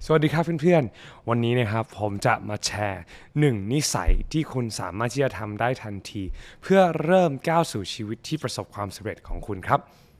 สวัสดีครับเพื่อนๆวันนี้นะครับผมจะมาแชร์1นิสัยที่คุณสามารถที่จะทำได้ทันทีเพื่อเริ่มก้าวสู่ชีวิตที่ประสบความสำเร็จของคุณครับ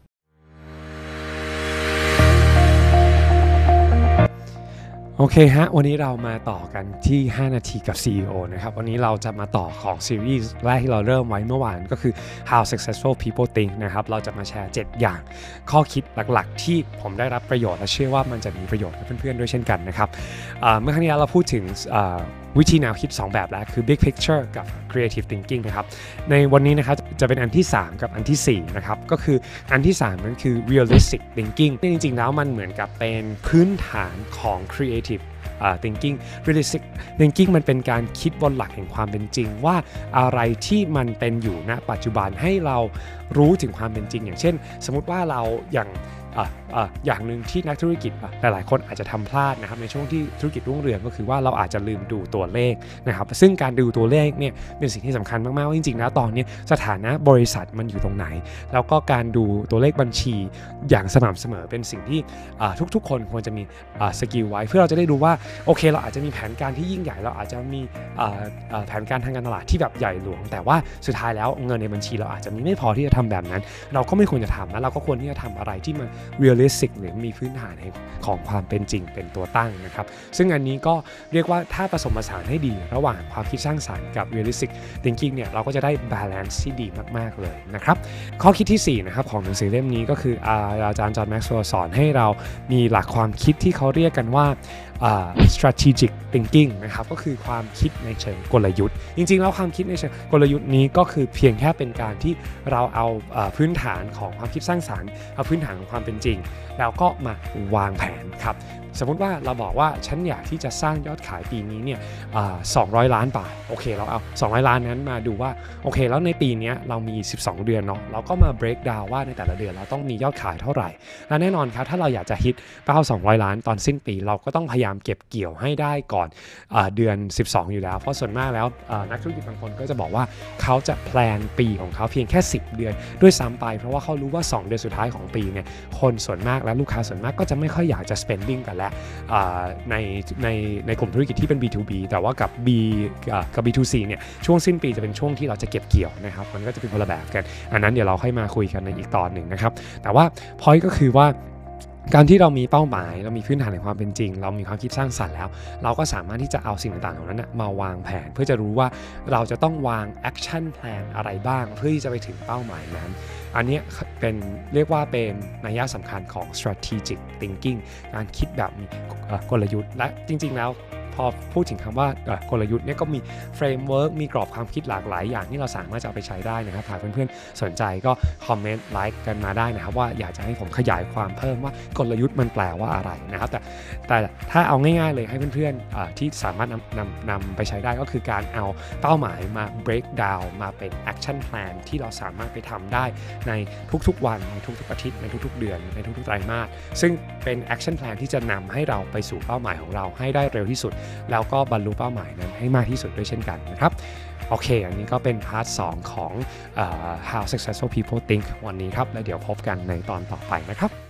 โอเคฮะวันนี้เรามาต่อกันที่5นาทีกับ CEO นะครับวันนี้เราจะมาต่อของซีรีส์แรกที่เราเริ่มไว้เมื่อวานก็คือ How Successful People Think นะครับเราจะมาแชร์7อย่างข้อคิดหลักๆที่ผมได้รับประโยชน์และเชื่อว่ามันจะมีประโยชน์กับเพื่อนๆด้วยเช่นกันนะครับเมื่อครั้งที่แล้วเราพูดถึงวิธีแนวคิด2แบบแล้วคือ Big Picture กับ Creative Thinking นะครับในวันนี้นะครับจะเป็นอันที่3กับอันที่4นะครับก็คืออันที่3นั้นคือ Realistic Thinking จริงๆแล้วมันเหมือนกับเป็นพื้นฐานของ Creative Thinking Realistic Thinking มันเป็นการคิดบนหลักแห่งความเป็นจริงว่าอะไรที่มันเป็นอยู่ณปัจจุบันให้เรารู้ถึงความเป็นจริงอย่างเช่นสมมุติว่าเราอย่างหนึ่งที่นักธุรกิจหลายๆคนอาจจะทำพลาดนะครับในช่วงที่ธุรกิจรุ่งเรืองก็คือว่าเราอาจจะลืมดูตัวเลขนะครับซึ่งการดูตัวเลขเนี่ยเป็นสิ่งที่สำคัญมากๆว่าจริงๆแล้วตอนนี้สถานะบริษัทมันอยู่ตรงไหนแล้วก็การดูตัวเลขบัญชีอย่างสม่ำเสมอเป็นสิ่งที่ทุกๆคนควรจะมีสกิลไว้เพื่อเราจะได้รู้ว่าโอเคเราอาจจะมีแผนการที่ยิ่งใหญ่เราอาจจะมีแผนการทางการตลาดที่แบบใหญ่หลวงแต่ว่าสุดท้ายแล้วเงินในบัญชีเราอาจจะมีไม่พอที่จะทำแบบนั้นเราก็ไม่ควรจะทำนะเราก็ควรที่จะทำอะไรที่มันrealistic หรือมีพื้นฐานของความเป็นจริงเป็นตัวตั้งนะครับซึ่งอันนี้ก็เรียกว่าถ้าผสมผสานให้ดีระหว่างความคิดสร้างสรรค์กับ realistic thinking เนี่ยเราก็จะได้ balance ที่ดีมากๆเลยนะครับข้อคิดที่4นะครับของหนังสือเล่มนี้ก็คืออาจารย์จอห์นแม็กซ์เวลล์สอนให้เรามีหลักความคิดที่เขาเรียกกันว่าstrategic thinking นะครับก็คือความคิดในเชิงกลยุทธ์จริงๆแล้วความคิดในเชิงกลยุทธ์นี้ก็คือเพียงแค่เป็นการที่เราเอาพื้นฐานของความคิดสร้างสรรค์เอาพื้นฐานของความเป็นจริงแล้วก็มาวางแผนครับสมมุติว่าเราบอกว่าฉันอยากที่จะสร้างยอดขายปีนี้เนี่ย200 ล้านบาทโอเคเราเอา200ล้านนั้นมาดูว่าโอเคแล้วในปีนี้เรามี12เดือนเนาะเราก็มา break down ว่าในแต่ละเดือนเราต้องมียอดขายเท่าไหร่และแน่นอนครับถ้าเราอยากจะฮิตเป้า200ล้านตอนสิ้นปีเราก็ต้องพยายามเก็บเกี่ยวให้ได้ก่อนเดือน12อยู่แล้วเพราะส่วนมากแล้วนักธุรกิจบางคนก็จะบอกว่าเขาจะแพลนปีของเขาเพียงแค่10เดือนด้วยซ้ำไปเพราะว่าเขารู้ว่า2เดือนสุดท้ายของปีเนี่ยคนส่วนมากและลูกค้าส่วนมากก็จะไม่ค่อยอยากจะ spending กันแล้วในกลุ่มธุรกิจที่เป็น B2B แต่ว่ากับ B2C เนี่ยช่วงสิ้นปีจะเป็นช่วงที่เราจะเก็บเกี่ยวนะครับมันก็จะเป็นคนละแบบกันอันนั้นเดี๋ยวเราค่อยมาคุยกันในอีกตอนหนึ่งนะครับแต่ว่า point ก็คือว่าการที่เรามีเป้าหมายเรามีพื้นฐานในความเป็นจริงเรามีความคิดสร้างสรรค์แล้วเราก็สามารถที่จะเอาสิ่งต่างๆเหล่านั้นมาวางแผนเพื่อจะรู้ว่าเราจะต้องวาง action plan อะไรบ้างเพื่อที่จะไปถึงเป้าหมายนั้นอันนี้เป็นเรียกว่าเป็นนัยสำคัญของ strategic thinking การคิดแบบมีกลยุทธ์และจริงๆแล้วพอพูดถึงคำว่ากลยุทธ์เนี่ยก็มีเฟรมเวิร์กมีกรอบความคิดหลากหลายอย่างที่เราสามารถจะเอาไปใช้ได้นะครับหากเพื่อนๆสนใจก็คอมเมนต์ไลค์กันมาได้นะครับว่าอยากจะให้ผมขยายความเพิ่มว่ากลยุทธ์มันแปลว่าอะไรนะครับแต่ถ้าเอาง่ายๆเลยให้เพื่อนๆที่สามารถนำไปใช้ได้ก็คือการเอาเป้าหมายมา break down มาเป็น action plan ที่เราสามารถไปทำได้ในทุกๆวันในทุกๆอาทิตย์ในทุกๆเดือนในทุกๆไตรมาสซึ่งเป็น action plan ที่จะนำให้เราไปสู่เป้าหมายของเราให้ได้เร็วที่สุดแล้วก็บรรลุเป้าหมายนั้นให้มากที่สุดด้วยเช่นกันนะครับโอเคอันนี้ก็เป็นพาร์ท2ของHow Successful People Think วันนี้ครับแล้วเดี๋ยวพบกันในตอนต่อไปนะครับ